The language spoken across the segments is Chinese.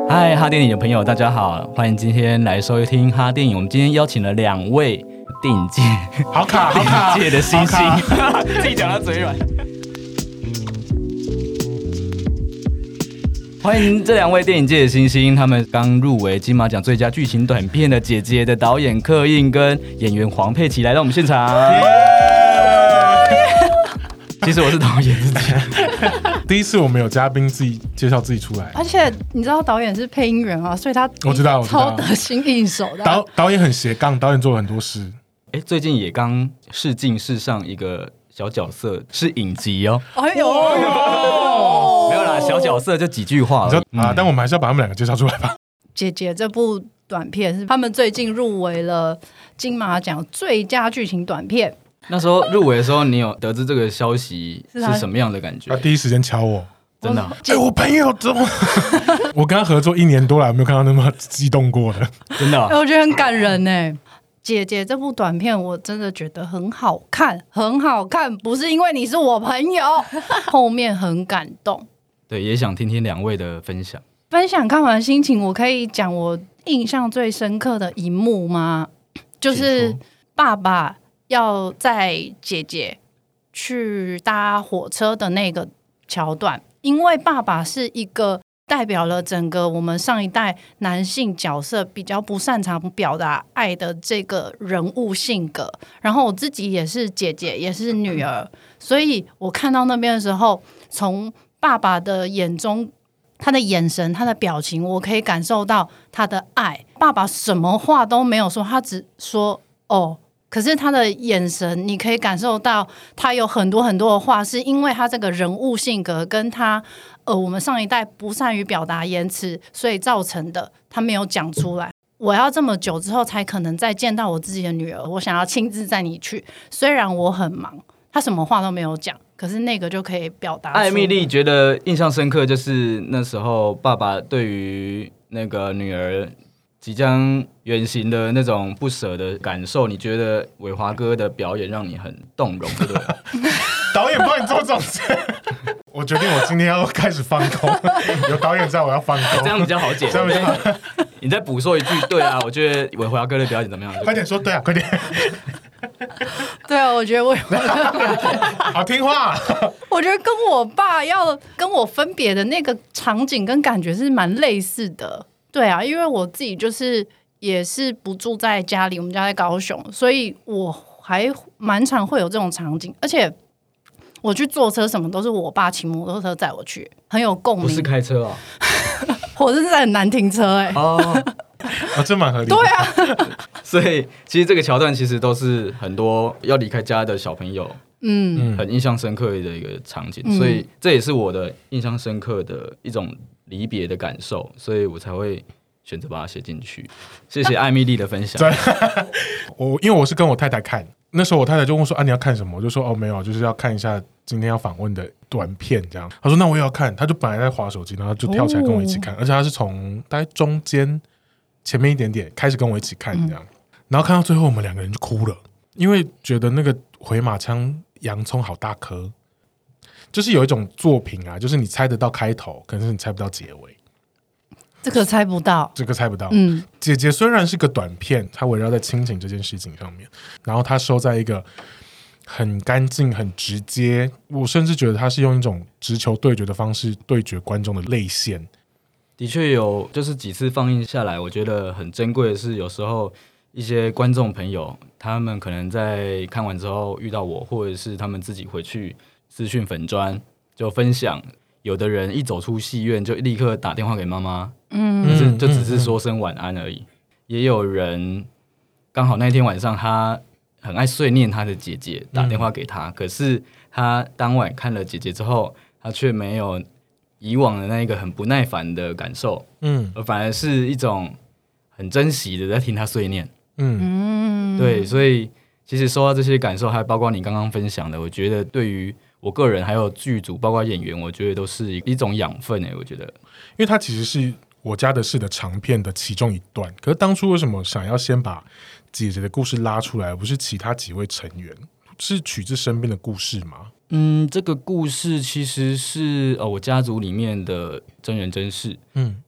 嗨，哈电影的朋友，大家好，欢迎今天来收听哈电影。我们今天邀请了2位电影界好卡好卡电影界的新星，自己讲到嘴软。欢迎这2位电影界的新星，他们刚入围金马奖最佳剧情短片的姐姐的导演柯映跟演员黄佩琪来到我们现场。其实我是导演自己。 第一次我们有嘉宾自己介绍自己出来， 而且你知道导演是配音员啊，所以他我知道超得心应手的、啊。 导演很斜杠，导演做了很多事。 最近也刚试镜试上一个小角色，是影集哦。 哎呦， 没有啦，小角色就几句话而已但我们还是要把他们2个介绍出来吧。 姐姐这部短片是他们最近入围了金马奖最佳剧情短片。 那时候入围的时候，你有得知这个消息是什么样的感觉？ 他第一时间敲我， 真的、啊。 我朋友怎么？我跟他合作1年多了，没有看到那么激动过的， 真的、啊。 我觉得很感人呢。姐姐这部短片我真的觉得很好看，很好看，不是因为你是我朋友，后面很感动。 对，也想听听2位的分享。 分享看完心情，我可以讲我印象最深刻的一幕吗？就是爸爸要载姐姐去搭火车的那个桥段，因为爸爸是一个代表了整个我们上一代男性角色比较不擅长表达爱的这个人物性格，然后我自己也是姐姐，也是女儿，所以我看到那边的时候，从爸爸的眼中，他的眼神，他的表情，我可以感受到他的爱。爸爸什么话都没有说，他只说哦，可是他的眼神你可以感受到他有很多很多的话，是因为他这个人物性格跟他我们上一代不善于表达言辞所以造成的，他没有讲出来。我要这么久之后才可能再见到我自己的女儿，我想要亲自载你去，虽然我很忙，他什么话都没有讲，可是那个就可以表达出。 艾蜜莉觉得印象深刻，就是那时候爸爸对于那个女儿即将远行的那种不舍的感受，你觉得伟华哥的表演让你很动容，对不对？ 导演帮你做这种事，我决定我今天要开始放空，有导演在我要放空， 这样比较好解。 这样比较好。 你再补说一句，对啊，我觉得伟华哥的表演怎么样？ 快点说，对啊，快点。 对啊，我觉得我好听话。 我觉得跟我爸要跟我分别的那个场景跟感觉是蛮类似的。对啊，因为我自己就是也是不住在家里，我们家在高雄，所以我还蛮常会有这种场景，而且我去坐车什么都是我爸骑摩托车载我去，很有共鸣。 不是开车啊， 我是在很难停车这蛮合理的。 对啊， 所以其实这个桥段其实都是很多要离开家的小朋友很印象深刻的一个场景，所以这也是我的印象深刻的一种离别的感受，所以我才会选择把它写进去。谢谢艾蜜莉的分享。 因为我是跟我太太看，那时候我太太就问说你要看什么？我就说没有，就是要看一下今天要访问的短片这样。她说那我也要看，她就本来在滑手机，然后就跳起来跟我一起看，而且她是从大概中间前面一点点开始跟我一起看这样，然后看到最后我们2个人就哭了，因为觉得那个回马枪洋葱好大颗，就是有一种作品啊，就是你猜得到开头，可是你猜不到结尾。 这个猜不到， 这个猜不到。姐姐虽然是个短片，它围绕在亲情这件事情上面，然后它收在一个很干净、很直接，我甚至觉得它是用一种直球对决的方式对决观众的泪腺。 的确有，就是几次放映下来，我觉得很珍贵的是，有时候一些观众朋友，他们可能在看完之后遇到我，或者是他们自己回去私讯粉专就分享。有的人一走出戏院就立刻打电话给妈妈，就只是说声晚安而已。也有人刚好那天晚上他很爱碎念他的姐姐，打电话给他，可是他当晚看了姐姐之后，他却没有以往的那个很不耐烦的感受，而反而是一种很珍惜的在听他碎念。对，所以其实收到这些感受，还包括你刚刚分享的，我觉得对于我个人还有剧组包括演员，我觉得都是一种养分。我觉得因为它其实是我家的事的长片的其中一段，可是当初为什么想要先把姐姐的故事拉出来，而不是其他几位成员？是取自身边的故事吗？ 这个故事其实是我家族里面的真人真事。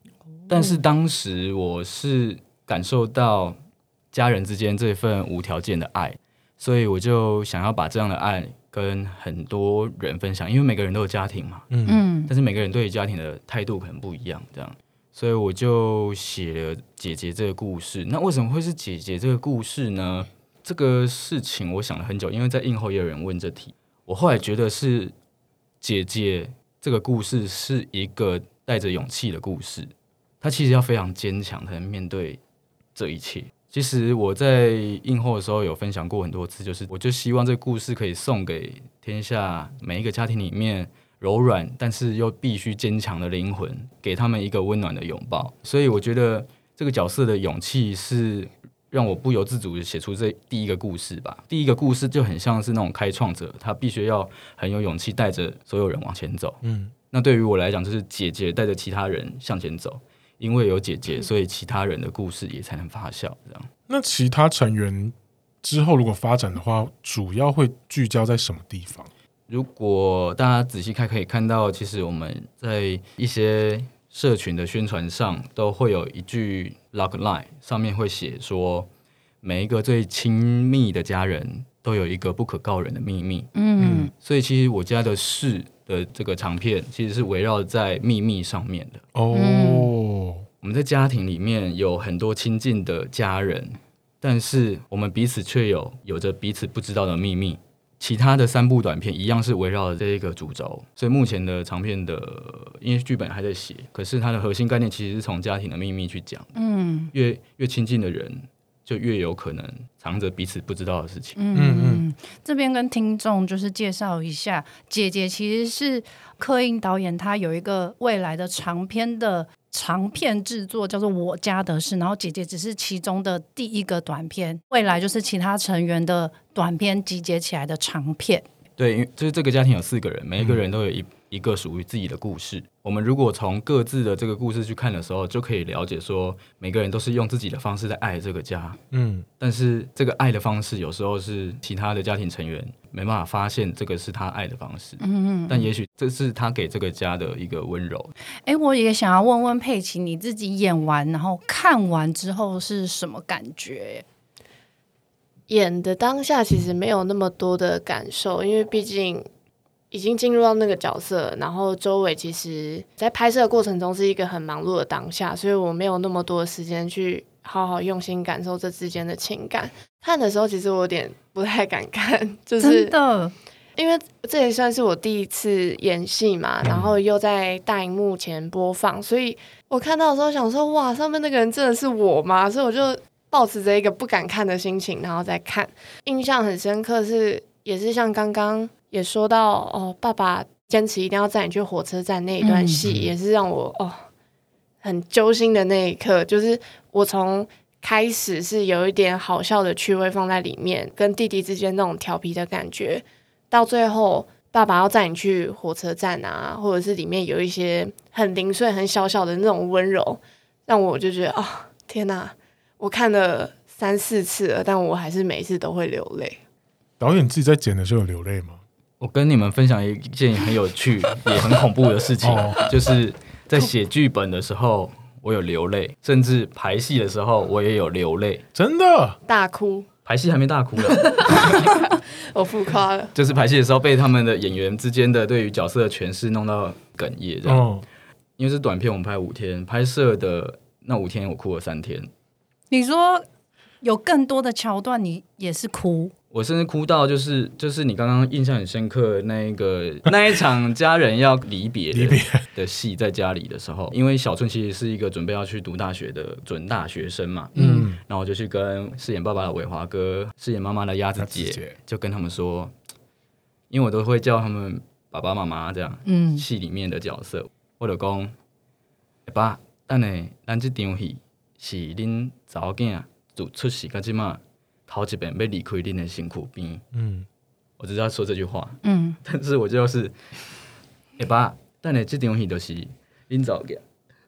但是当时我是感受到家人之间这份无条件的爱，所以我就想要把这样的爱跟很多人分享，因为每个人都有家庭嘛，但是每个人对于家庭的态度可能不一样，这样，所以我就写了姐姐这个故事。那为什么会是姐姐这个故事呢？这个事情我想了很久，因为在映后也有人问这题，我后来觉得是姐姐这个故事是一个带着勇气的故事，她其实要非常坚强才能面对这一切。其实我在映后的时候有分享过很多次，就是我就希望这个故事可以送给天下每一个家庭里面柔软但是又必须坚强的灵魂，给他们一个温暖的拥抱。所以我觉得这个角色的勇气是让我不由自主的写出这第一个故事吧。第一个故事就很像是那种开创者，他必须要很有勇气带着所有人往前走。那对于我来讲，就是姐姐带着其他人向前走，因为有姐姐，所以其他人的故事也才能发酵。这样， 那其他成员之后如果发展的话，主要会聚焦在什么地方？ 如果大家仔细看，可以看到，其实我们在一些社群的宣传上都会有一句 logline， 上面会写说，每一个最亲密的家人都有一个不可告人的秘密。所以其实我家的事的这个长片其实是围绕在秘密上面的。我们在家庭里面有很多亲近的家人，但是我们彼此却有着彼此不知道的秘密。其他的3部短片一样是围绕着这一个主轴，所以目前的长片的因为剧本还在写，可是它的核心概念其实是从家庭的秘密去讲。越亲近的人就越有可能藏着彼此不知道的事情。 这边跟听众就是介绍一下，姐姐其实是柯映导演，他有一个未来的长片制作叫做《我家的事》，然后姐姐只是其中的第一个短片，未来就是其他成员的短片集结起来的长片。 对，因为就是这个家庭有4个人，每一个人都有一个属于自己的故事。我们如果从各自的这个故事去看的时候，就可以了解说，每个人都是用自己的方式在爱这个家。但是这个爱的方式有时候是其他的家庭成员没办法发现这个是他爱的方式。但也许这是他给这个家的一个温柔。 我也想要问问佩奇，你自己演完然后看完之后是什么感觉？ 演的当下其实没有那么多的感受，因为毕竟已经进入到那个角色，然后周围其实在拍摄的过程中是一个很忙碌的当下，所以我没有那么多的时间去好好用心感受这之间的情感。看的时候其实我有点不太敢看，就是真的， 因为这也算是我第一次演戏嘛，然后又在大荧幕前播放，所以我看到的时候想说，哇，上面那个人真的是我吗？所以我就抱持着一个不敢看的心情，然后再看。印象很深刻是，也是像刚刚也说到，爸爸坚持一定要载你去火车站那一段戏，也是让我很揪心的那一刻。就是我从开始是有一点好笑的趣味放在里面，跟弟弟之间那种调皮的感觉，到最后爸爸要载你去火车站啊，或者是里面有一些很零碎很小小的那种温柔，让我就觉得天哪，我看了3-4次了，但我还是每一次都会流泪。 导演自己在剪的时候有流泪吗？ 我跟你们分享一件很有趣也很恐怖的事情，就是在写剧本的时候我有流泪，甚至排戏的时候我也有流泪。 真的大哭？ 排戏还没大哭了我浮夸了。 就是排戏的时候被他们的演员之间的对于角色的诠释弄到哽咽这样。因为是短片，我们拍5天，拍摄的那5天我哭了3天。 你说有更多的桥段你也是哭？ 我甚至哭到就是你刚刚印象很深刻那一场家人要离别的戏，在家里的时候，因为小春其实是一个准备要去读大学的准大学生嘛，然后我就去跟饰演爸爸的伟华哥、饰演妈妈的鸭子姐，就跟他们说，因为我都会叫他们爸爸妈妈这样，戏里面的角色，我就说，爸，等下咱这场戏是恁查某囝自出世到现在头一遍要离开恁的身躯边，我只是要说这句话，但是我就是爸，等下这场戏就是恁查某囝，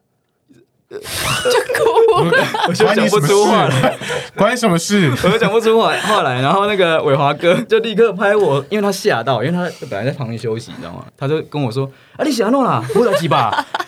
我就讲不出话来， 关你什么事？ 我就讲不出话来，然后那个伟华哥就立刻拍我，因为他吓到，因为他本来在旁边休息，你知道吗？他就跟我说：“啊，你想弄啦，不来几吧？”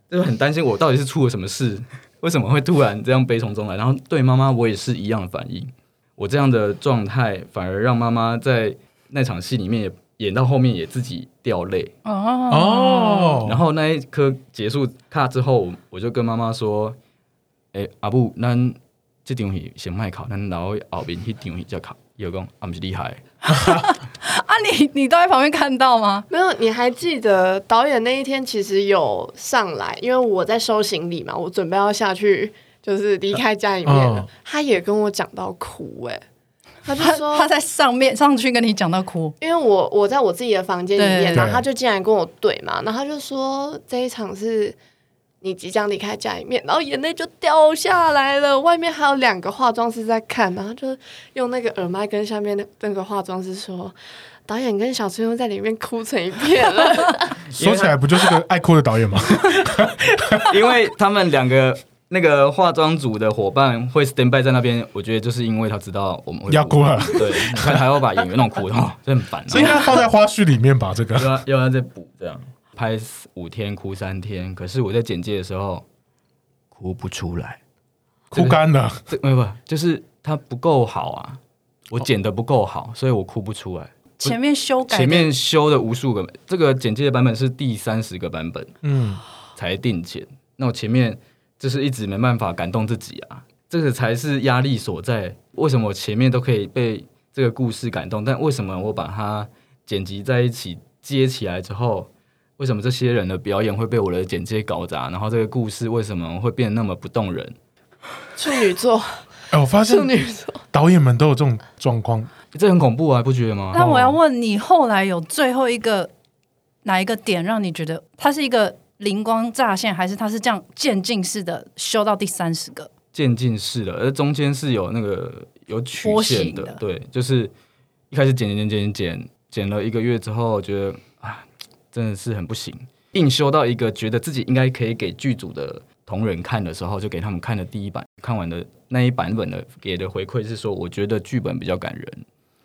就很担心我到底是出了什么事，为什么会突然这样悲从中来。然后对妈妈我也是一样的反应，我这样的状态反而让妈妈在那场戏里面也演到后面也自己掉泪哦。 然后那一刻结束卡之后，我就跟妈妈说：“阿母，咱这场戏先卖考，咱留后面那场戏再考。”伊就讲啊，不是厉害。 啊你都在旁边看到吗？ 没有，你还记得导演那一天其实有上来，因为我在收行李嘛，我准备要下去，就是离开家里面了。他也跟我讲到哭，他就说他在上去跟你讲到哭， 因为我在我自己的房间里面，然后他就进来跟我对嘛，然后他就说这一场是你即将离开家里面，然后眼泪就掉下来了。外面还有2个化妆师在看，然后就用那个耳麦跟下面那个化妆师说，导演跟小春又在里面哭成一片了。 说起来不就是个爱哭的导演吗？ 因为他们2个那个化妆组的伙伴会 stand by 在那边，我觉得就是因为他知道我们会要哭了， 对，你看还要把演员弄哭，这很烦。 应该放在花絮里面吧？这个又要再补这样。拍5天哭3天，可是我在剪接的时候哭不出来， 哭干了。 没有，就是它不够好啊，我剪的不够好，所以我哭不出来。 前面修改， 前面修的无数个，这个剪接的版本是第30个版本，才定剪。那我前面就是一直没办法感动自己啊，这个才是压力所在。为什么我前面都可以被这个故事感动，但为什么我把它剪辑在一起接起来之后？为什么这些人的表演会被我的剪接搞砸？然后这个故事为什么会变得那么不动人？ 处女座， 我发现处女座导演们都有这种状况， 这很恐怖啊，不觉得吗？ 那我要问你，后来有最后哪一个点让你觉得它是一个灵光乍现，还是它是这样渐进式的修到第30个？ 渐进式的，而中间是有那个有曲线的，对，就是一开始剪了1个月之后，觉得真的是很不行，硬修到一个觉得自己应该可以给剧组的同仁看的时候，就给他们看了第1版，看完的那一版本的给的回馈是说，我觉得剧本比较感人。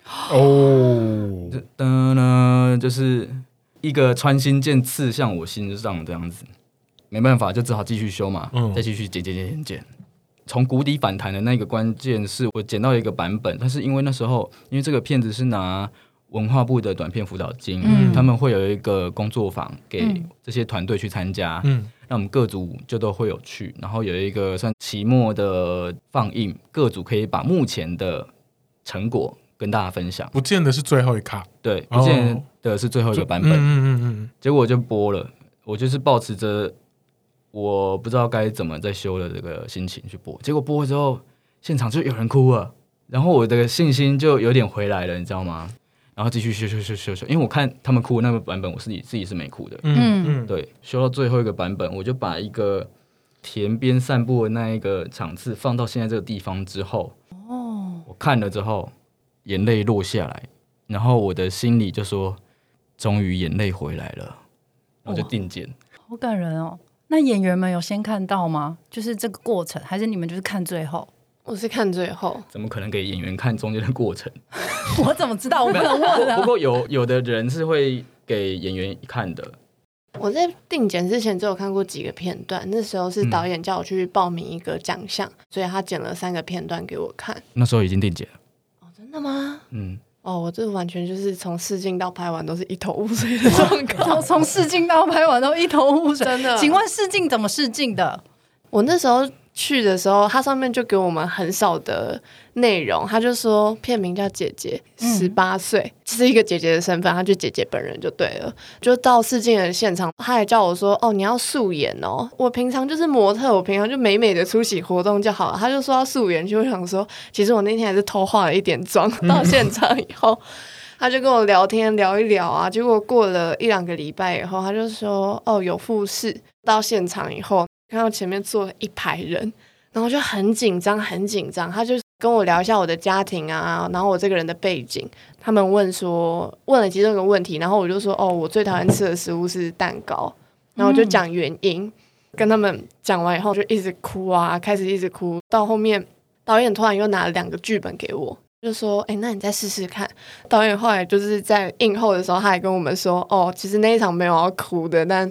就是一个穿心箭刺向我心上这样子，没办法，就只好继续修嘛，再继续剪。从谷底反弹的那个关键是我剪到一个版本，但是因为那时候因为这个片子是拿文化部的短片辅导金，他们会有一个工作坊给这些团队去参加，那我们各组就都会有去，然后有一个算期末的放映，各组可以把目前的成果跟大家分享， 不见得是最后一卡， 对，不见得是最后一个版本，结果我就播了，我就是抱持着我不知道该怎么再修的这个心情去播，结果播了之后，现场就有人哭了，然后我的信心就有点回来了，你知道吗？然后继续修，因为我看他们哭的那个版本，我自己是没哭的。对，修到最后一个版本，我就把一个田边散步的那一个场次放到现在这个地方之后，我看了之后，眼泪落下来，然后我的心里就说，终于眼泪回来了，然后就定剪。 好感人哦！那演员们有先看到吗？就是这个过程，还是你们就是看最后？ 我是看最后， 怎么可能给演员看中间的过程？ 我怎么知道？我不能问啊。 不过有的人是会给演员看的。 我在定剪之前只有看过几个片段，那时候是导演叫我去报名一个奖项，所以他剪了3个片段给我看。 那时候已经定剪了。 哦，真的吗？我这完全就是从试镜到拍完都是一头雾水的状况。 从试镜到拍完都一头雾水， 真的。 请问试镜怎么试镜的？ 我那时候去的时候，它上面就给我们很少的内容，他就说片名叫姐姐，18岁，是一个姐姐的身份，他就姐姐本人就对了。就到试镜的现场，他还叫我说：“哦，你要素颜哦。”我平常就是模特，我平常就美美的出席活动就好了。他就说要素颜，就会想说，其实我那天还是偷化了一点妆。到现场以后，他就跟我聊天聊一聊啊，结果过了1-2个礼拜以后，他就说：“哦，有复试。”到现场以后，看到前面坐了一排人。然后就很紧张，他就跟我聊一下我的家庭啊，然后我这个人的背景。他们问了其中一个问题，然后我就说我最讨厌吃的食物是蛋糕，然后我就讲原因，跟他们讲完以后就一直哭啊，开始一直哭。到后面导演突然又拿了2个剧本给我，就说那你再试试看。导演后来就是在映后的时候，他还跟我们说其实那一场没有要哭的，但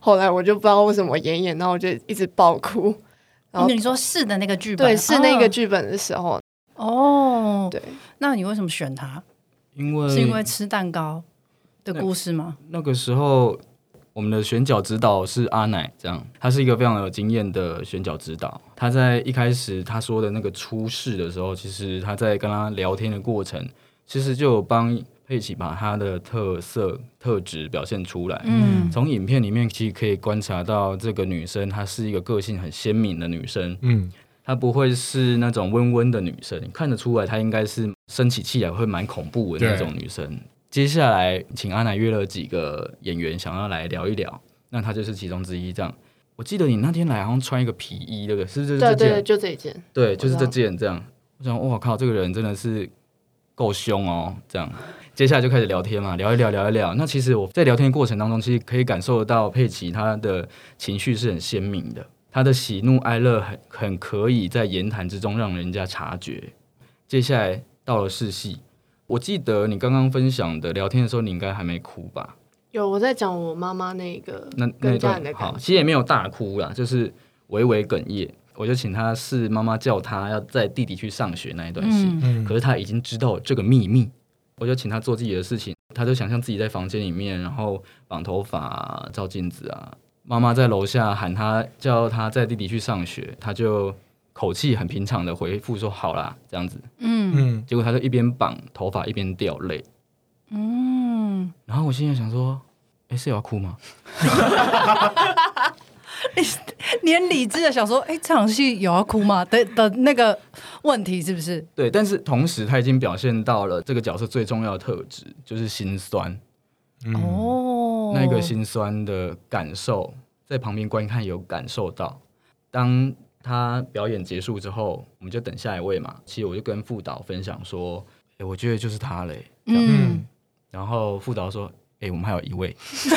后来我就不知道为什么演，然后我就一直爆哭。然后你说试的那个剧本， 对，是那个剧本的时候， 哦， 对， 那你为什么选他？是因为吃蛋糕的故事吗？ 那个时候我们的选角指导是阿奶，这样他是一个非常有经验的选角指导。他在一开始他说的那个出事的时候，其实他在跟他聊天的过程，其实就有帮佩奇把他的特色特质表现出来。从影片里面其实可以观察到，这个女生她是一个个性很鲜明的女生。她不会是那种温温的女生，看得出来她应该是生起气来会蛮恐怖的那种女生。接下来请阿奶约了几个演员想要来聊一聊，那她就是其中之一。这样，我记得你那天来好像穿一个皮衣，对不对？是这件？ 对，就这一件。 对，就是这件。这样，我想，哇靠，这个人真的是够凶哦。这样，接下来就开始聊天嘛，聊一聊。那其实我在聊天的过程当中，其实可以感受得到佩奇她的情绪是很鲜明的。他的喜怒哀乐很可以在言谈之中让人家察觉。接下来到了试戏，我记得你刚刚分享的聊天的时候，你应该还没哭吧？ 有，我在讲我妈妈那个那段好，其实也没有大哭啦，就是微微哽咽。我就请他是妈妈叫他要载弟弟去上学那一段戏，可是他已经知道这个秘密，我就请他做自己的事情，他就想象自己在房间里面，然后绑头发啊、照镜子啊。妈妈在楼下喊他，叫他载弟弟去上学，他就口气很平常的回复说好啦，这样子。结果他就一边绑头发一边掉泪。然后我心里想说，是要哭吗？ 你很理智的想说，这场戏有要哭吗的那个问题是不是？ 对，但是同时他已经表现到了这个角色最重要的特质，就是心酸。那个心酸的感受，在旁边观看有感受到。当他表演结束之后，我们就等下一位嘛。其实我就跟副导分享说，我觉得就是他嘞。然后副导说，我们还有一位。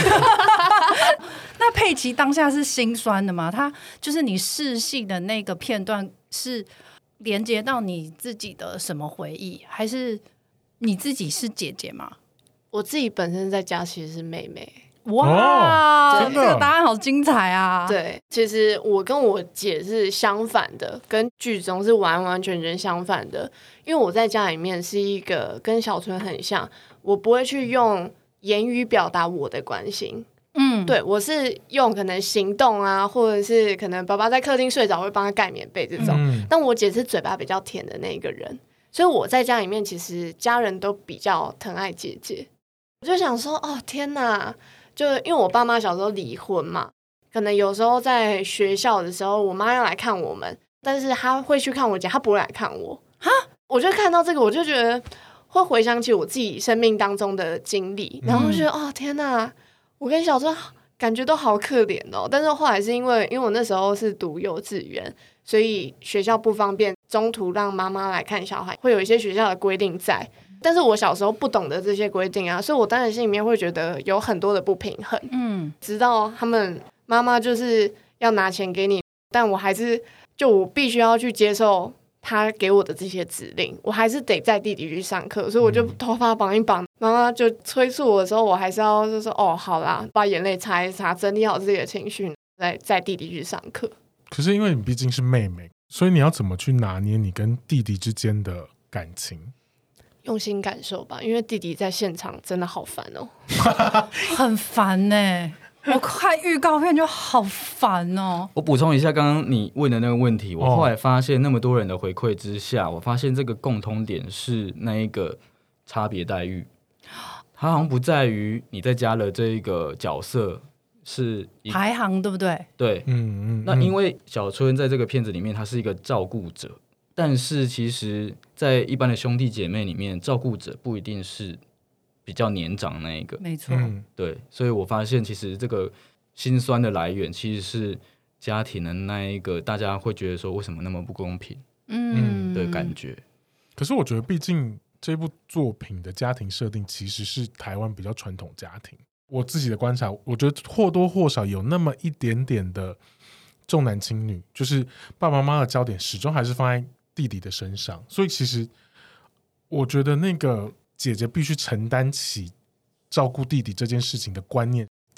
那佩奇当下是心酸的吗？他就是你试戏的那个片段是连接到你自己的什么回忆，还是你自己是姐姐吗？ 我自己本身在家其实是妹妹。 哇，这个答案好精彩啊！ 对，其实我跟我姐是相反的，跟剧中是完完全全相反的。因为我在家里面是一个跟小春很像，我不会去用言语表达我的关心。对，我是用可能行动啊，或者是可能爸爸在客厅睡着会帮他盖棉被这种。但我姐是嘴巴比较甜的那个人，所以我在家里面其实家人都比较疼爱姐姐。我就想说，哦天哪！就因为我爸妈小时候离婚嘛，可能有时候在学校的时候，我妈要来看我们，但是她会去看我姐，她不会来看我。我就看到这个，我就觉得会回想起我自己生命当中的经历，然后就觉得哦天哪，我跟小春感觉都好可怜哦。但是后来是因为我那时候是读幼稚园，所以学校不方便中途让妈妈来看小孩，会有一些学校的规定在。但是我小时候不懂得这些规定啊，所以我当然心里面会觉得有很多的不平衡。直到他们妈妈就是要拿钱给你，但我还是我必须要去接受他给我的这些指令，我还是得载弟弟去上课，所以我就头发绑一绑，妈妈就催促我的时候，我还是要就说哦好啦，把眼泪擦一擦，整理好自己的情绪，再载弟弟去上课。 可是因为你毕竟是妹妹，所以你要怎么去拿捏你跟弟弟之间的感情？ 用心感受吧，因为弟弟在现场真的好烦哦。 很烦欸，我看预告片就好烦哦。 我补充一下刚刚你问的那个问题，我后来发现那么多人的回馈之下，我发现这个共通点是那一个差别待遇，它好像不在于你在家的这一个角色是排行，对不对？ 对，那因为小春在这个片子里面，他是一个照顾者。但是其实在一般的兄弟姐妹里面，照顾者不一定是比较年长那一个。 没错， 对，所以我发现其实这个心酸的来源其实是家庭的那一个大家会觉得说为什么那么不公平的感觉。 可是我觉得毕竟这部作品的家庭设定其实是台湾比较传统家庭，我自己的观察，我觉得或多或少有那么一点点的重男轻女，就是爸爸妈妈的焦点始终还是放在弟弟的身上，所以其实我觉得那个姐姐必须承担起照顾弟弟这件事情的观念，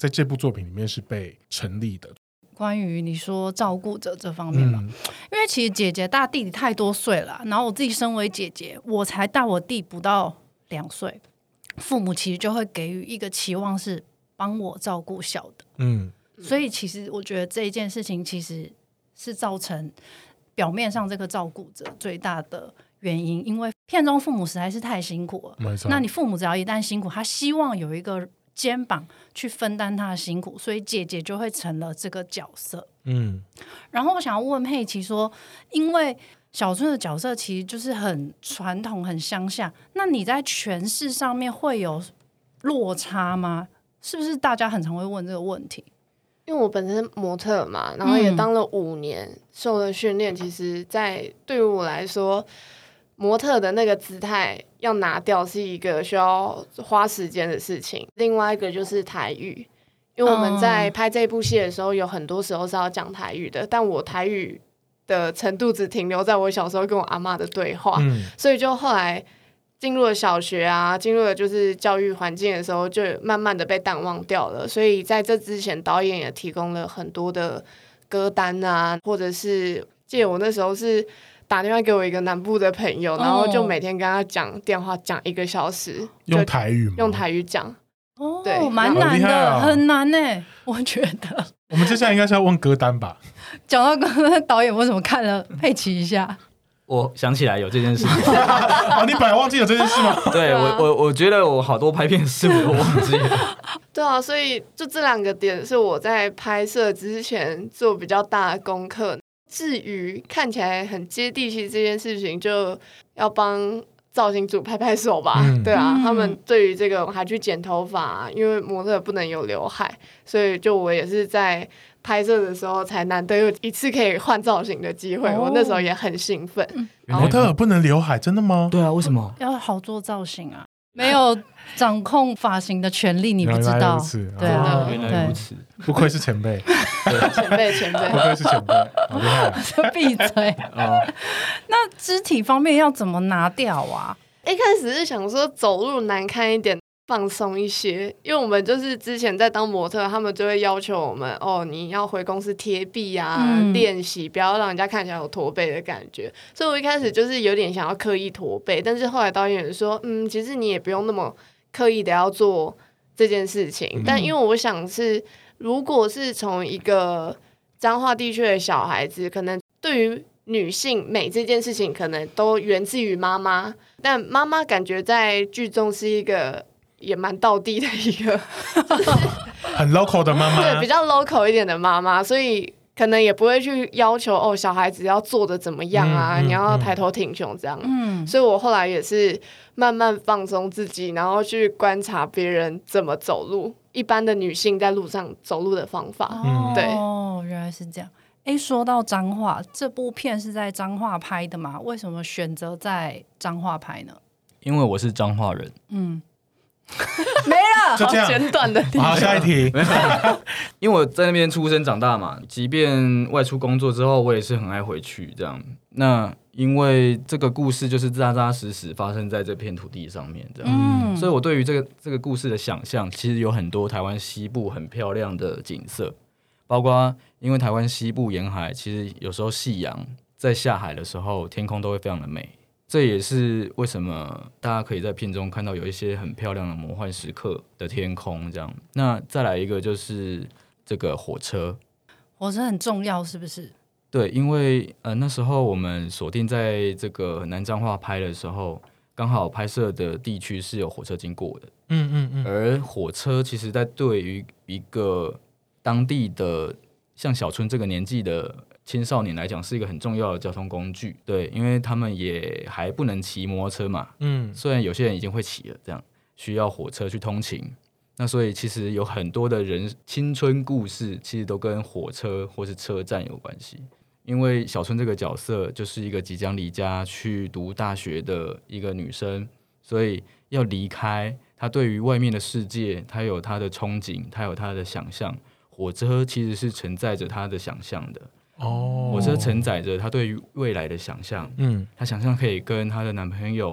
在这部作品里面是被成立的。 关于你说照顾者这方面吧，因为其实姐姐大弟弟太多岁了，然后我自己身为姐姐，我才大我弟不到2岁，父母其实就会给予一个期望是帮我照顾小的，所以其实我觉得这一件事情其实是造成表面上这个照顾者最大的原因，因为片中父母实在是太辛苦了，那你父母只要一旦辛苦，他希望有一个肩膀去分担他的辛苦，所以姐姐就会成了这个角色。然后我想要问佩奇说，因为小春的角色其实就是很传统很乡下，那你在诠释上面会有落差吗？是不是大家很常会问这个问题？ 因为我本身是模特嘛，然后也当了5年，受了训练，其实在对于我来说，模特的那个姿态要拿掉是一个需要花时间的事情。另外一个就是台语，因为我们在拍这部戏的时候，有很多时候是要讲台语的，但我台语的程度只停留在我小时候跟我阿嬷的对话，所以就后来进入了小学啊，进入了就是教育环境的时候，就慢慢的被淡忘掉了。所以在这之前，导演也提供了很多的歌单啊，或者是记得我那时候是打电话给我一个南部的朋友，然后就每天跟他讲电话讲1个小时， 用台语吗？ 用台语讲。 对，蛮难的，很难呢，我觉得。 我们接下来应该是要问歌单吧？ 讲到刚刚导演为什么看了佩奇一下？ 我想起来有这件事情。 你本来忘记有这件事吗？ 对，我觉得我好多拍片事我都忘记了。 对啊，所以就这2个点是我在拍摄之前做比较大的功课。至于看起来很接地气这件事情，就要帮造型组拍拍手吧。对啊，他们对于这个还去剪头发，因为模特不能有刘海，所以就我也是在拍摄的时候才难得有一次可以换造型的机会，我那时候也很兴奋。 模特不能刘海，真的吗？ 对啊，为什么？ 要好做造型啊，没有掌控发型的权利，你不知道。 对啊，原来如此， 不愧是前辈， 前辈， 不愧是前辈，好厉害啊！ 闭嘴。那肢体方面要怎么拿掉啊？ 一开始是想说走路难看一点，放松一些，因为我们就是之前在当模特，他们就会要求我们你要回公司贴壁啊，练习，不要让人家看起来有驼背的感觉。所以我一开始就是有点想要刻意驼背，但是后来导演说，其实你也不用那么刻意的要做这件事情。但因为我想是，如果是从一个彰化地区的小孩子，可能对于女性美这件事情可能都源自于妈妈，但妈妈感觉在剧中是一个也蛮道地的一个很 local 的妈妈， 对，比较 local 一点的妈妈，所以可能也不会去要求小孩子要做的怎么样啊，你要抬头挺胸这样。所以我后来也是慢慢放松自己，然后去观察别人怎么走路，一般的女性在路上走路的方法。对， 原来是这样。说到彰化，这部片是在彰化拍的吗？为什么选择在彰化拍呢？ 因为我是彰化人。 没了， 就这样简短的。 好，下一题。 因为我在那边出生长大嘛，即便外出工作之后，我也是很爱回去这样。那因为这个故事就是扎扎实实发生在这片土地上面，这样，所以我对于这个故事的想象，其实有很多台湾西部很漂亮的景色。包括因为台湾西部沿海，其实有时候夕阳在下海的时候，天空都会非常的美。这也是为什么大家可以在片中看到有一些很漂亮的魔幻时刻的天空这样。那再来一个就是这个火车很重要，是不是？ 对，因为那时候我们锁定在这个南彰化拍的时候，刚好拍摄的地区是有火车经过的。而火车其实在对于一个当地的像小春这个年纪的青少年来讲，是一个很重要的交通工具。对，因为他们也还不能骑摩托车嘛。虽然有些人已经会骑了，这样需要火车去通勤。那所以其实有很多的人青春故事，其实都跟火车或是车站有关系。因为小春这个角色就是一个即将离家去读大学的一个女生，所以要离开，她对于外面的世界，她有她的憧憬，她有她的想象。火车其实是承载着他的想象的，火车承载着他对于未来的想象，他想象可以跟他的男朋友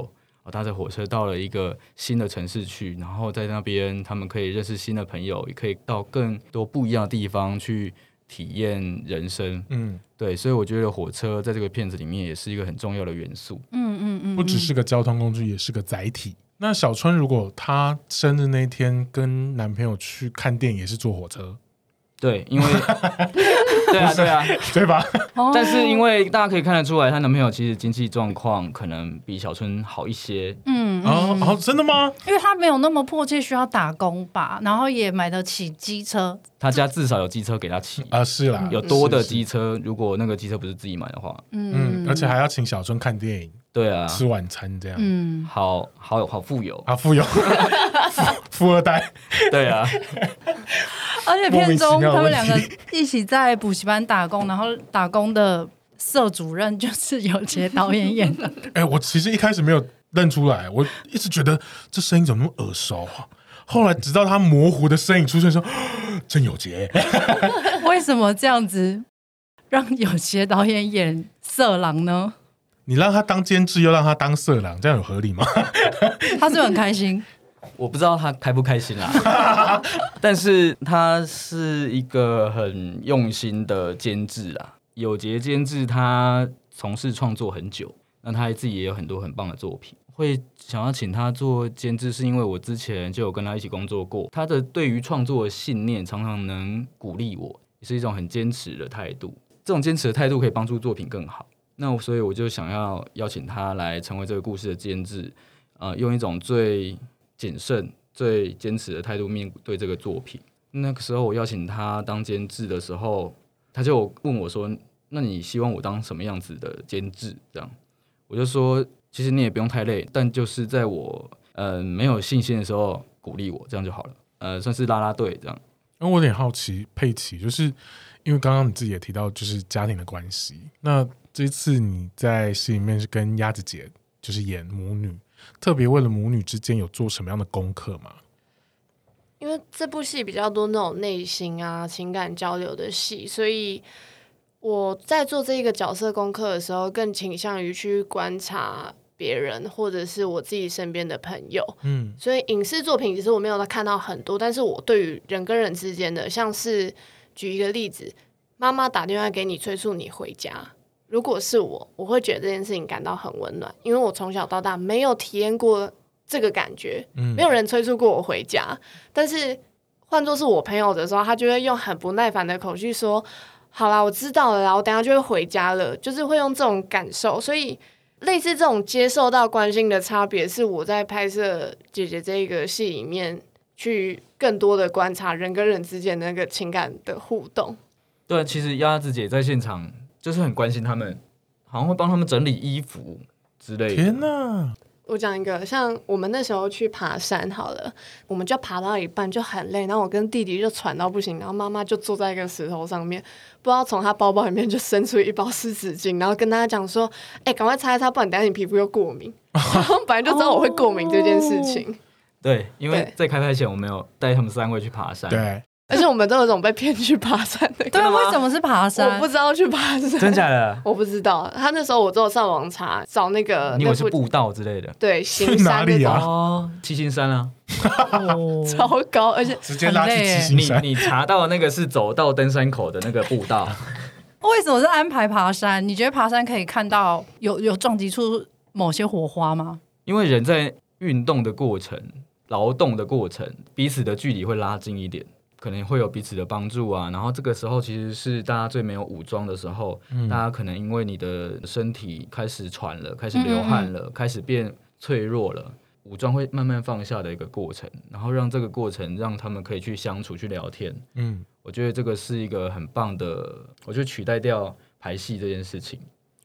搭着火车到了一个新的城市去，然后在那边他们可以认识新的朋友，也可以到更多不一样的地方去体验人生。对，所以我觉得火车在这个片子里面也是一个很重要的元素。 不只是个交通工具，也是个载体。那小春如果她生日那一天跟男朋友去看电影，也是坐火车？ 对，因为对啊， 对吧？ 但是因为大家可以看得出来，她男朋友其实经济状况可能比小春好一些。 真的吗？ 因为他没有那么迫切需要打工吧，然后也买得起机车。 他家至少有机车给他骑是啦， 有多的机车。如果那个机车不是自己买的话， 而且还要请小春看电影， 对啊， 吃晚餐这样， 好富有啊，富有，富二代， 对啊。 而且片中他们两个一起在补习班打工，然后打工的社主任就是有杰导演演的。 我其实一开始没有认出来，我一直觉得这声音怎么那么耳熟啊？后来直到他模糊的身影出现的时候，真有杰。 为什么这样子让有杰导演演色狼呢？ 你让他当监制，又让他当色狼，这样有合理吗？ 他是很开心。 我不知道他开不开心啦，但是他是一个很用心的监制啦。有杰监制他从事创作很久，那他自己也有很多很棒的作品。会想要请他做监制，是因为我之前就有跟他一起工作过，他的对于创作的信念常常能鼓励我，也是一种很坚持的态度。这种坚持的态度可以帮助作品更好。那所以我就想要邀请他来成为这个故事的监制，用一种最谨慎、最坚持的态度面对这个作品。那个时候我邀请他当监制的时候，他就问我说：“那你希望我当什么样子的监制？”这样，我就说：“其实你也不用太累，但就是在我没有信心的时候鼓励我，这样就好了。算是啦啦队这样。” 因为我有点好奇，佩奇，就是因为刚刚你自己也提到，就是家庭的关系。那这次你在戏里面是跟鸭子姐，就是演母女，特别为了母女之间有做什么样的功课吗？ 因为这部戏比较多那种内心啊、情感交流的戏，所以我在做这个角色功课的时候，更倾向于去观察别人，或者是我自己身边的朋友。所以影视作品其实我没有看到很多，但是我对于人跟人之间的，像是举一个例子，妈妈打电话给你催促你回家，如果是我会觉得这件事情感到很温暖，因为我从小到大没有体验过这个感觉，没有人催促过我回家。但是换作是我朋友的时候，他就会用很不耐烦的口气说：“好啦，我知道了啦，我等一下就会回家了。”就是会用这种感受，所以类似这种接受到关心的差别，是我在拍摄姐姐这个戏里面去更多的观察人跟人之间的那个情感的互动。 对，其实鸭子姐在现场就是很关心他们，好像会帮他们整理衣服之类的。 天哪！ 我讲一个，像我们那时候去爬山好了，我们就爬到一半就很累，然后我跟弟弟就喘到不行，然后妈妈就坐在一个石头上面，不知道从她包包里面就伸出一包湿纸巾，然后跟大家讲说：“赶快擦一擦，不然等下你皮肤又过敏。”然后本来就知道我会过敏这件事情。 对，因为在开拍前我们有带他们3位去爬山。 对。 而且我们都有种被骗去爬山的。 对，为什么是爬山？ 我不知道去爬山。 真假的？ 我不知道。他那时候我只有上网查找那个， 你以为是步道之类的？ 对，行山那种。 哦，七星山啊， 超高，而且直接拉去七星山。 你查到那个是走到登山口的那个步道。 为什么是安排爬山？你觉得爬山可以看到有撞击出某些火花吗？ 因为人在运动的过程、劳动的过程，彼此的距离会拉近一点。可能会有彼此的帮助啊，然后这个时候其实是大家最没有武装的时候，大家可能因为你的身体开始喘了，开始流汗了，开始变脆弱了，武装会慢慢放下的一个过程，然后让这个过程让他们可以去相处、去聊天。我觉得这个是一个很棒的，我觉得取代掉排戏这件事情。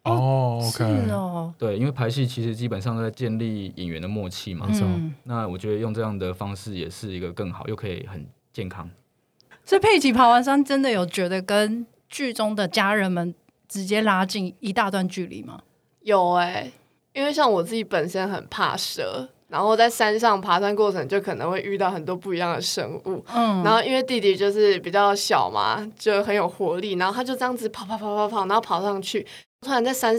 OK， 是哦， 对，因为排戏其实基本上都在建立演员的默契嘛，那我觉得用这样的方式也是一个更好，又可以很健康。 所以佩奇爬完山真的有觉得跟剧中的家人们直接拉近一大段距离吗？ 有因为像我自己本身很怕蛇，然后在山上爬山过程就可能会遇到很多不一样的生物，然后因为弟弟就是比较小嘛，就很有活力，然后他就这样子跑，然后跑上去，突然在山上突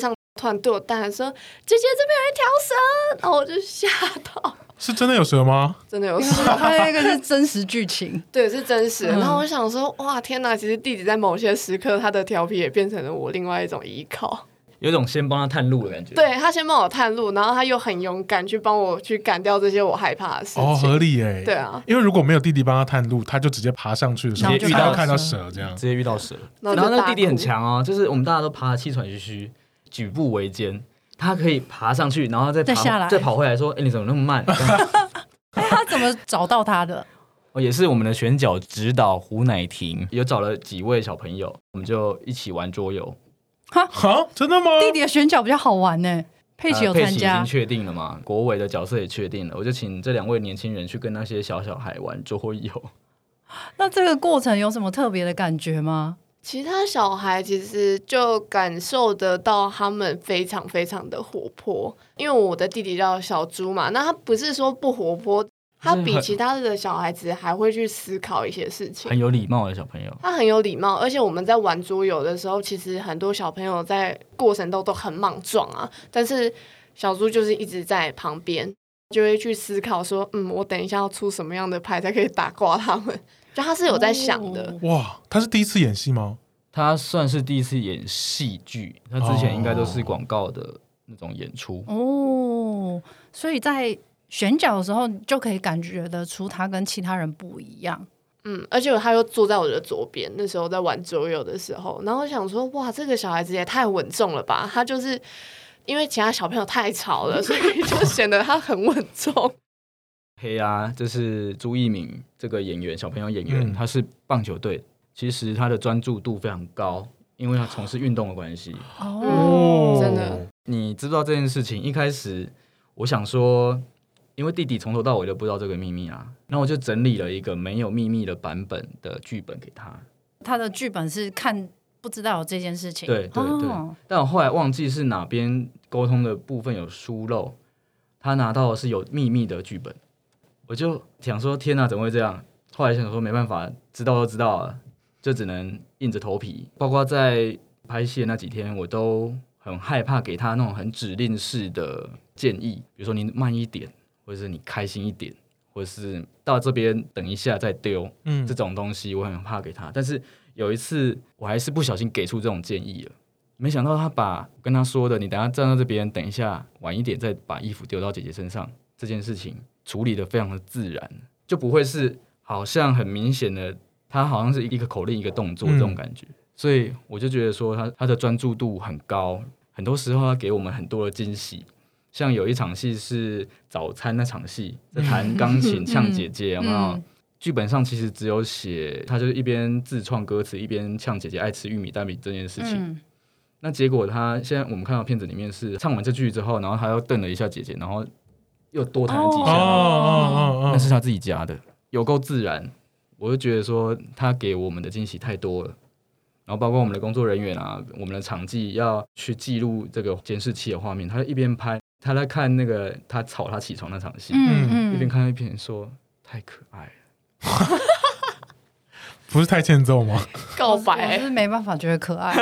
突然对我大喊说：“姐姐，这边有一条蛇！”然后我就吓到。 是真的有蛇吗？ 真的有蛇， 还有一个是真实剧情， 对，是真实的。然后我想说，哇，天哪！其实弟弟在某些时刻，他的调皮也变成了我另外一种依靠。 有种先帮他探路的感觉。 对，他先帮我探路，然后他又很勇敢去帮我去赶掉这些我害怕的事情。 哦，合理耶。 对啊， 因为如果没有弟弟帮他探路，他就直接爬上去的时候， 直接遇到就看到蛇这样。 直接遇到蛇。 然然后那个弟弟很强哦，就是我们大家都爬得气喘吁吁，举步维艰，他可以爬上去，然后再下来， 再跑回来说：“哎，你怎么那么慢？” 他怎么找到他的？ 也是我们的选角指导胡乃婷，有找了几位小朋友，我们就一起玩桌游。 哈，真的吗？ 弟弟的选角比较好玩呢。佩奇有参加， 佩奇已经确定了嘛？国伟的角色也确定了，我就请这2位年轻人去跟那些小孩玩桌游。 那这个过程有什么特别的感觉吗？ 其他小孩其实就感受得到他们非常非常的活泼，因为我的弟弟叫小猪嘛，那他不是说不活泼，他比其他的小孩子还会去思考一些事情， 很有礼貌的小朋友。 他很有礼貌，而且我们在玩桌游的时候，其实很多小朋友在过程都很莽撞啊，但是小猪就是一直在旁边，就会去思考说，我等一下要出什么样的牌才可以打挂他们。就他是有在想的。 哇，他是第一次演戏吗？ 他算是第一次演戏剧，他之前应该都是广告的那种演出。 哦，所以在选角的时候就可以感觉得出他跟其他人不一样。 而且他又坐在我的左边，那时候在玩桌游的时候，然后我想说，哇，这个小孩子也太稳重了吧！他就是因为其他小朋友太吵了，所以就显得他很稳重。 黑啊，这是朱一鸣这个演员，小朋友演员，他是棒球队，其实他的专注度非常高，因为他从事运动的关系。 真的。 你知道这件事情，一开始我想说，因为弟弟从头到尾都不知道这个秘密啊，然后我就整理了一个没有秘密的版本的剧本给他。 他的剧本是看不知道有这件事情， 对对对，但我后来忘记是哪边沟通的部分有疏漏，他拿到的是有秘密的剧本。我就想说天哪，怎么会这样？后来想说没办法，知道都知道了，就只能硬着头皮。包括在拍戏的那几天，我都很害怕给他那种很指令式的建议，比如说你慢一点，或者是你开心一点，或者是到这边等一下再丢，这种东西我很怕给他。但是有一次我还是不小心给出这种建议了，没想到他把跟他说的你等一下站到这边，等一下晚一点再把衣服丢到姐姐身上这件事情处理得非常的自然，就不会是好像很明显的他好像是一个口令一个动作这种感觉。所以我就觉得说他的专注度很高，很多时候他给我们很多的惊喜。像有一场戏是早餐那场戏，在弹钢琴呛姐姐，有没有？剧本上其实只有写他就是一边自创歌词一边呛姐姐爱吃玉米蛋饼这件事情。那结果他现在我们看到片子里面是唱完这句之后，然后他又瞪了一下姐姐，然后又多弹了几下，那是他自己加的，有够自然。我就觉得说他给我们的惊喜太多了，然后包括我们的工作人员啊，我们的场记要去记录这个监视器的画面，他一边拍，他在看那个他吵他起床那场戏，一边看一边说太可爱了。 不是太欠揍吗？ 告白我是没办法觉得可爱。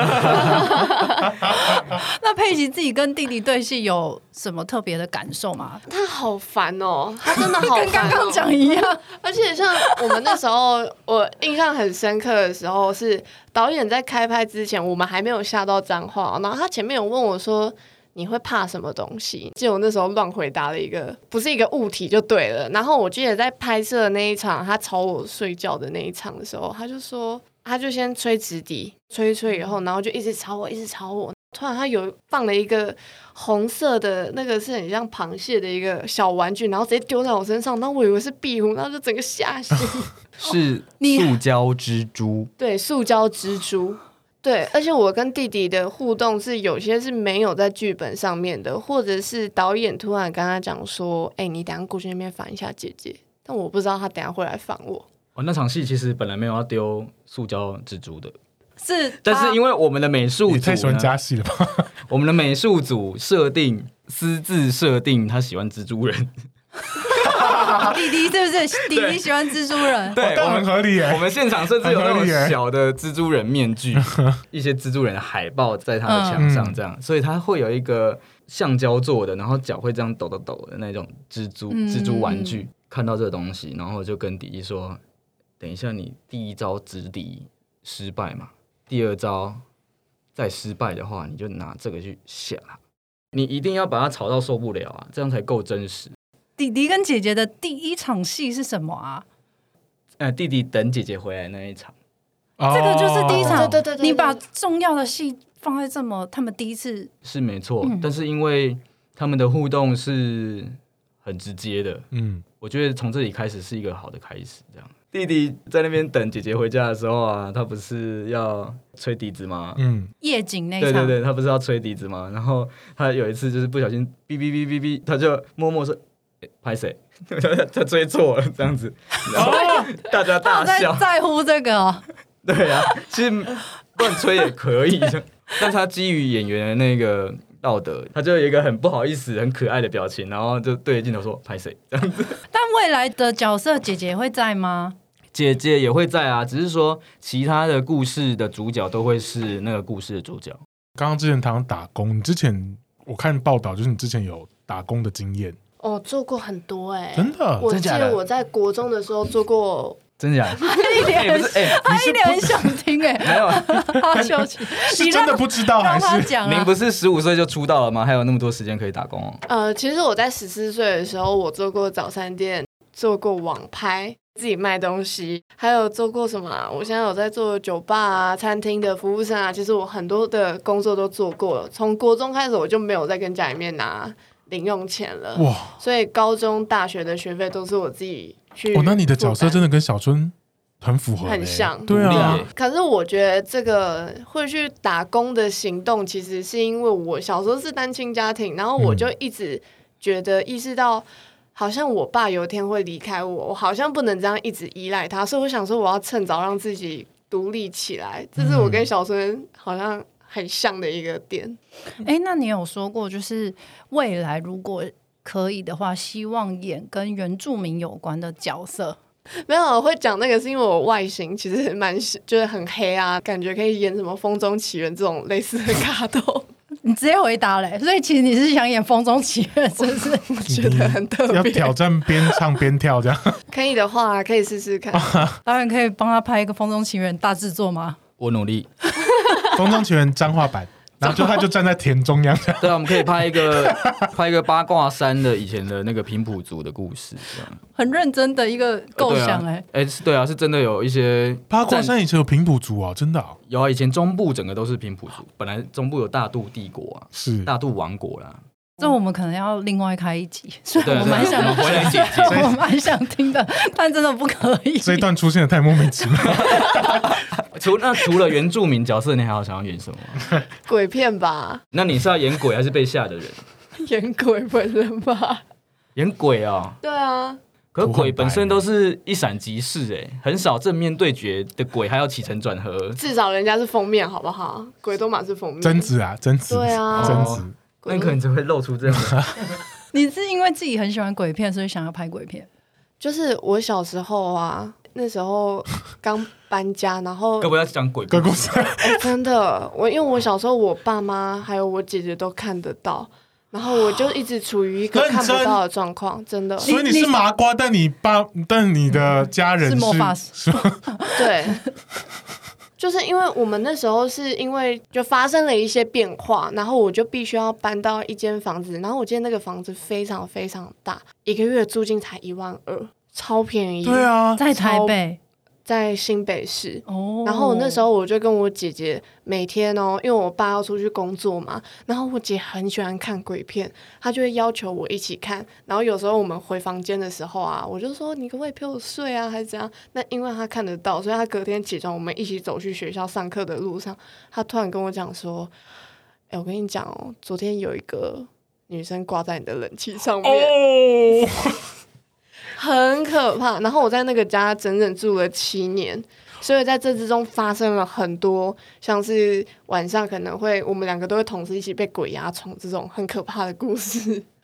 那佩奇自己跟弟弟对戏有什么特别的感受吗？ 他好烦哦，他真的好烦， 跟刚刚讲一样。 而且像我们那时候，我印象很深刻的时候是导演在开拍之前，我们还没有下到脏话，然后他前面有问我说你会怕什么东西？记得我那时候乱回答了一个不是一个物体就对了。然后我记得在拍摄的那一场，他吵我睡觉的那一场的时候，他就说他就先吹直笛，吹一吹以后，然后就一直吵我，一直吵我。突然他有放了一个红色的那个是很像螃蟹的一个小玩具，然后直接丢在我身上，然后我以为是壁虎，然后就整个吓醒。 是塑胶蜘蛛， 对，塑胶蜘蛛。对，而且我跟弟弟的互动是有些是没有在剧本上面的，或者是导演突然跟他讲说：“你等一下过去那边烦一下姐姐。”但我不知道他等一下会来烦我。 那场戏其实本来没有要丢塑胶蜘蛛的，但是因为我们的美术组， 你太喜欢加戏了吧？ 我们的美术组私自设定他喜欢蜘蛛人。 弟弟是不是？弟弟喜欢蜘蛛人。 对， 但很合理耶我们现场甚至有那种很合理耶小的蜘蛛人面具，一些蜘蛛人的海报在他的墙上，这样，所以他会有一个橡胶做的，然后脚会这样抖抖抖的那种蜘蛛玩具。看到这个东西，然后就跟弟弟说：“等一下，你第一招直敌失败嘛，第二招再失败的话，你就拿这个去吓他，你一定要把他吵到受不了啊，这样才够真实。” 弟弟跟姐姐的第一场戏是什么啊？ 弟弟等姐姐回来那一场， 这个就是第一场。 对， 你把重要的戏放在他们第一次是没错，但是因为他们的互动是很直接的，我觉得从这里开始是一个好的开始。这样，弟弟在那边等姐姐回家的时候啊，他不是要吹笛子吗？ 夜景那场， 对，他不是要吹笛子吗？然后他有一次就是不小心哔哔哔哔哔，他就默默说。拍谁？他追错了，这样子，然后大家大笑。 在乎这个哦。 对啊，其实乱吹也可以，但他基于演员的那个道德，他就有一个很不好意思、很可爱的表情，然后就对着镜头说拍谁这样子。 但未来的角色姐姐会在吗？ 姐姐也会在啊，只是说其他的故事的主角都会是那个故事的主角。 刚刚之前谈到打工，你之前我看报道，就是你之前有打工的经验。 做过很多真的， 我记得我在国中的时候做过， 真假的？ 他一脸很想听没有， 他休息， 是真的不知道还是？ 您不是15岁就出道了吗？还有那么多时间可以打工哦。 其实我在14岁的时候，我做过早餐店，做过网拍，自己卖东西，还有做过什么我现在有在做酒吧啊、餐厅的服务生啊。其实我很多的工作都做过了。从国中开始，我就没有再跟家里面拿零用钱了，哇！所以高中、大学的学费都是我自己去。 那你的角色真的跟小春很符合， 很像， 对啊。 可是我觉得这个会去打工的行动，其实是因为我小时候是单亲家庭，然后我就一直觉得意识到，好像我爸有一天会离开我，我好像不能这样一直依赖他，所以我想说，我要趁早让自己独立起来。这是我跟小春好像很像的一个点。 那你有说过，就是未来如果可以的话，希望演跟原住民有关的角色。 没有，我会讲那个是因为我外形其实就是很黑啊，感觉可以演什么《风中奇缘》这种类似的卡通。 你直接回答嘞，所以其实你是想演《风中奇缘》，是不是？ 我觉得很特别， 要挑战边唱边跳这样。 可以的话，可以试试看。 当然可以帮他拍一个《风中奇缘》大制作吗？ 我努力。 《风中奇缘》彰化版。然后他就站在田中央。 对啊，我们可以拍一个八卦山的以前的那个平埔族的故事，这样很认真的一个构想对啊，是真的有一些八卦山以前有平埔族啊，真的有啊，以前中部整个都是平埔族，本来中部有大肚帝国啊， 是大肚王国啦。 这我们可能要另外开一集，所以我蛮想听的，但真的不可以。 这一段出现的太莫名其妙。 除了原住民角色，你还要想要演什么？ 鬼片吧？ 那你是要演鬼还是被吓的人？ 演鬼本人吧。 演鬼啊？ 对啊。 可鬼本身都是一闪即逝，很少正面对决的鬼还要起承转合。 至少人家是封面，好不好？鬼都满是封面。 贞子啊，贞子。 对啊， 贞子。 那可能只会露出这样的。 你是因为自己很喜欢鬼片，所以想要拍鬼片？ 就是我小时候啊，那时候刚搬家，然后该不要讲鬼故事？ 真的，因为我小时候我爸妈还有我姐姐都看得到，然后我就一直处于一个看不到的状况，真的。 所以你是麻瓜，但你的家人是魔法师， 对。就是因为我们那时候是因为就发生了一些变化，然后我就必须要搬到一间房子，然后我记得那个房子非常非常大，一个月租金才12000，超便宜。 对啊， 在台北， 在新北市。然后那时候我就跟我姐姐每天因为我爸要出去工作嘛，然后我姐很喜欢看鬼片，她就会要求我一起看。然后有时候我们回房间的时候啊，我就说你可不可以陪我睡啊，还是怎样？那因为她看得到，所以她隔天起床，我们一起走去学校上课的路上，她突然跟我讲说：“我跟你讲昨天有一个女生挂在你的冷气上面。”很可怕。然后我在那个家整整住了7年，所以在这之中发生了很多，像是晚上可能会我们2个都会同时一起被鬼压床这种很可怕的故事。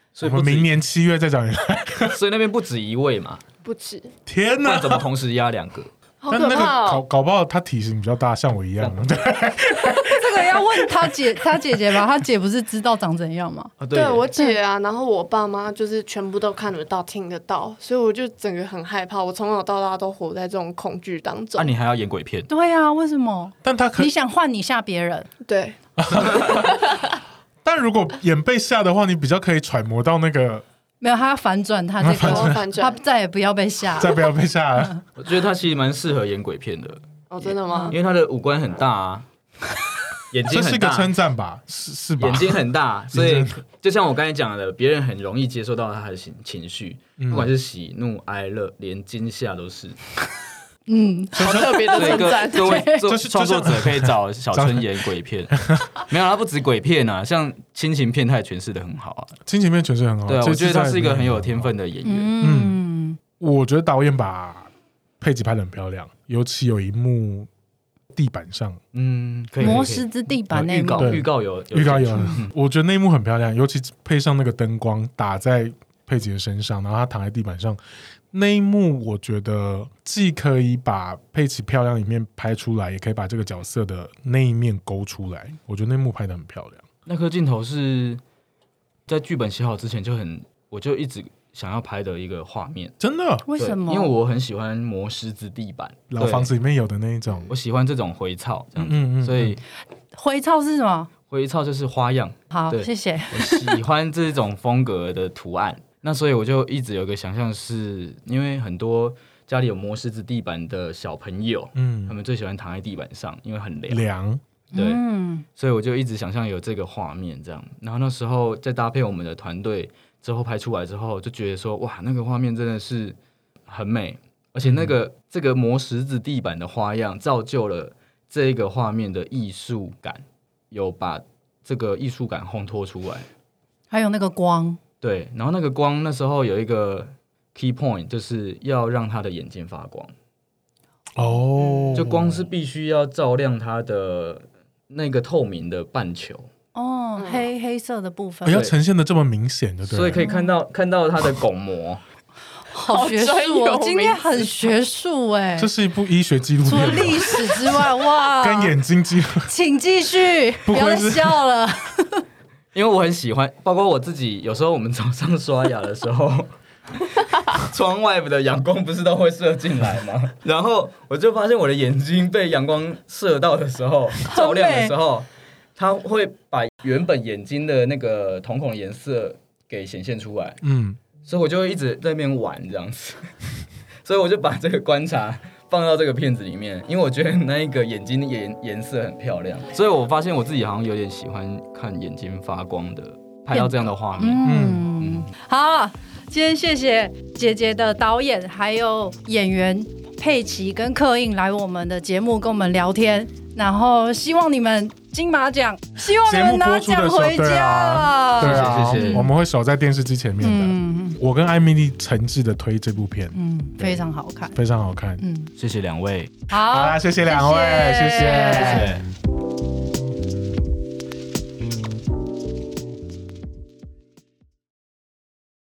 所以不止我们明年7月再找你来。 所以那边不止一位嘛， 不止， 天哪不然！怎么同时压2个？ 好但那个可怕哦！ 搞不好他体型比较大，像我一样。对， 这个要问他姐吧，他姐不是知道长怎样吗？ 啊， 对我姐啊，然后我爸妈就是全部都看得到、听得到，所以我就整个很害怕。我从小到大都活在这种恐惧当中。 啊，你还要演鬼片？ 对啊，为什么？ 但他可你想换你吓别人？ 对， 但如果演被吓的话，你比较可以揣摩到那个， 没有，他要反转他这我个， 反转他再也不要被吓。 再不要被吓了。 我觉得他其实蛮适合演鬼片的， 哦，真的吗因？为他的五官很大啊，眼睛这是很大， 个称赞吧？是吧？ 眼睛很大，所以就像我刚才讲的，别人很容易接受到他的情绪，不管是喜怒哀乐，连惊吓都是。 好特别的所以称赞。 各位就是创作者可以找小春演鬼片，没有，他不止鬼片啊，像亲情片他也诠释的很好啊。 亲情片诠释很好。 对啊， 这次我觉得他在是一个很有天分的演员。 我觉得导演把佩吉拍得很漂亮，尤其有一幕地板上可以。 魔石之地板那一幕， 对预告有预告有，我觉得那一幕很漂亮，尤其配上那个灯光打在佩吉的身上，然后他躺在地板上，那一幕我觉得既可以把佩奇漂亮一面拍出来，也可以把这个角色的那一面勾出来。我觉得那幕拍得很漂亮。 那颗镜头是在剧本写好之前我就一直想要拍的一个画面。 真的， 为什么？ 因为我很喜欢磨石子地板， 老房子里面有的那一种， 我喜欢这种回草这样子，所以回草是什么？ 回草就是花样。 好， 对谢谢。 我喜欢这种风格的图案，那所以我就一直有一个想象是，因为很多家里有磨石子地板的小朋友，他们最喜欢躺在地板上，因为很凉。对，所以我就一直想象有这个画面这样。然后那时候再搭配我们的团队之后拍出来之后，就觉得说哇，那个画面真的是很美，而且这个磨石子地板的花样造就了这一个画面的艺术感，有把这个艺术感烘托出来。 还有那个光， 对，然后那个光那时候有一个 key point， 就是要让他的眼睛发光。 哦， 就光是必须要照亮他的那个透明的半球， 黑色的部分， 要呈现的这么明显的，对， 所以可以看到他的巩膜。 好学术哦，今天很学术哎。 这是一部医学纪录除了片， 历史之外，哇， 跟眼睛纪录， 请继续，不要再笑了。 因为我很喜欢，包括我自己，有时候我们早上刷牙的时候，窗外的阳光不是都会射进来吗？然后我就发现我的眼睛被阳光射到的时候，照亮的时候，它会把原本眼睛的那个瞳孔颜色给显现出来。所以我就一直在那边玩这样子，所以我就把这个观察放到这个片子里面，因为我觉得那一个眼睛的颜色很漂亮，所以我发现我自己好像有点喜欢看眼睛发光的，拍到这样的画面。 好，今天谢谢姐姐的导演还有演员佩奇跟克印来我们的节目跟我们聊天，然后希望你们金马奖，希望你们拿奖回家了。 对啊， 谢谢， 我们会守在电视机前面的。我跟艾米丽诚挚的推这部片， 非常好看， 非常好看。 谢谢两位， 好， 谢谢两位，谢谢。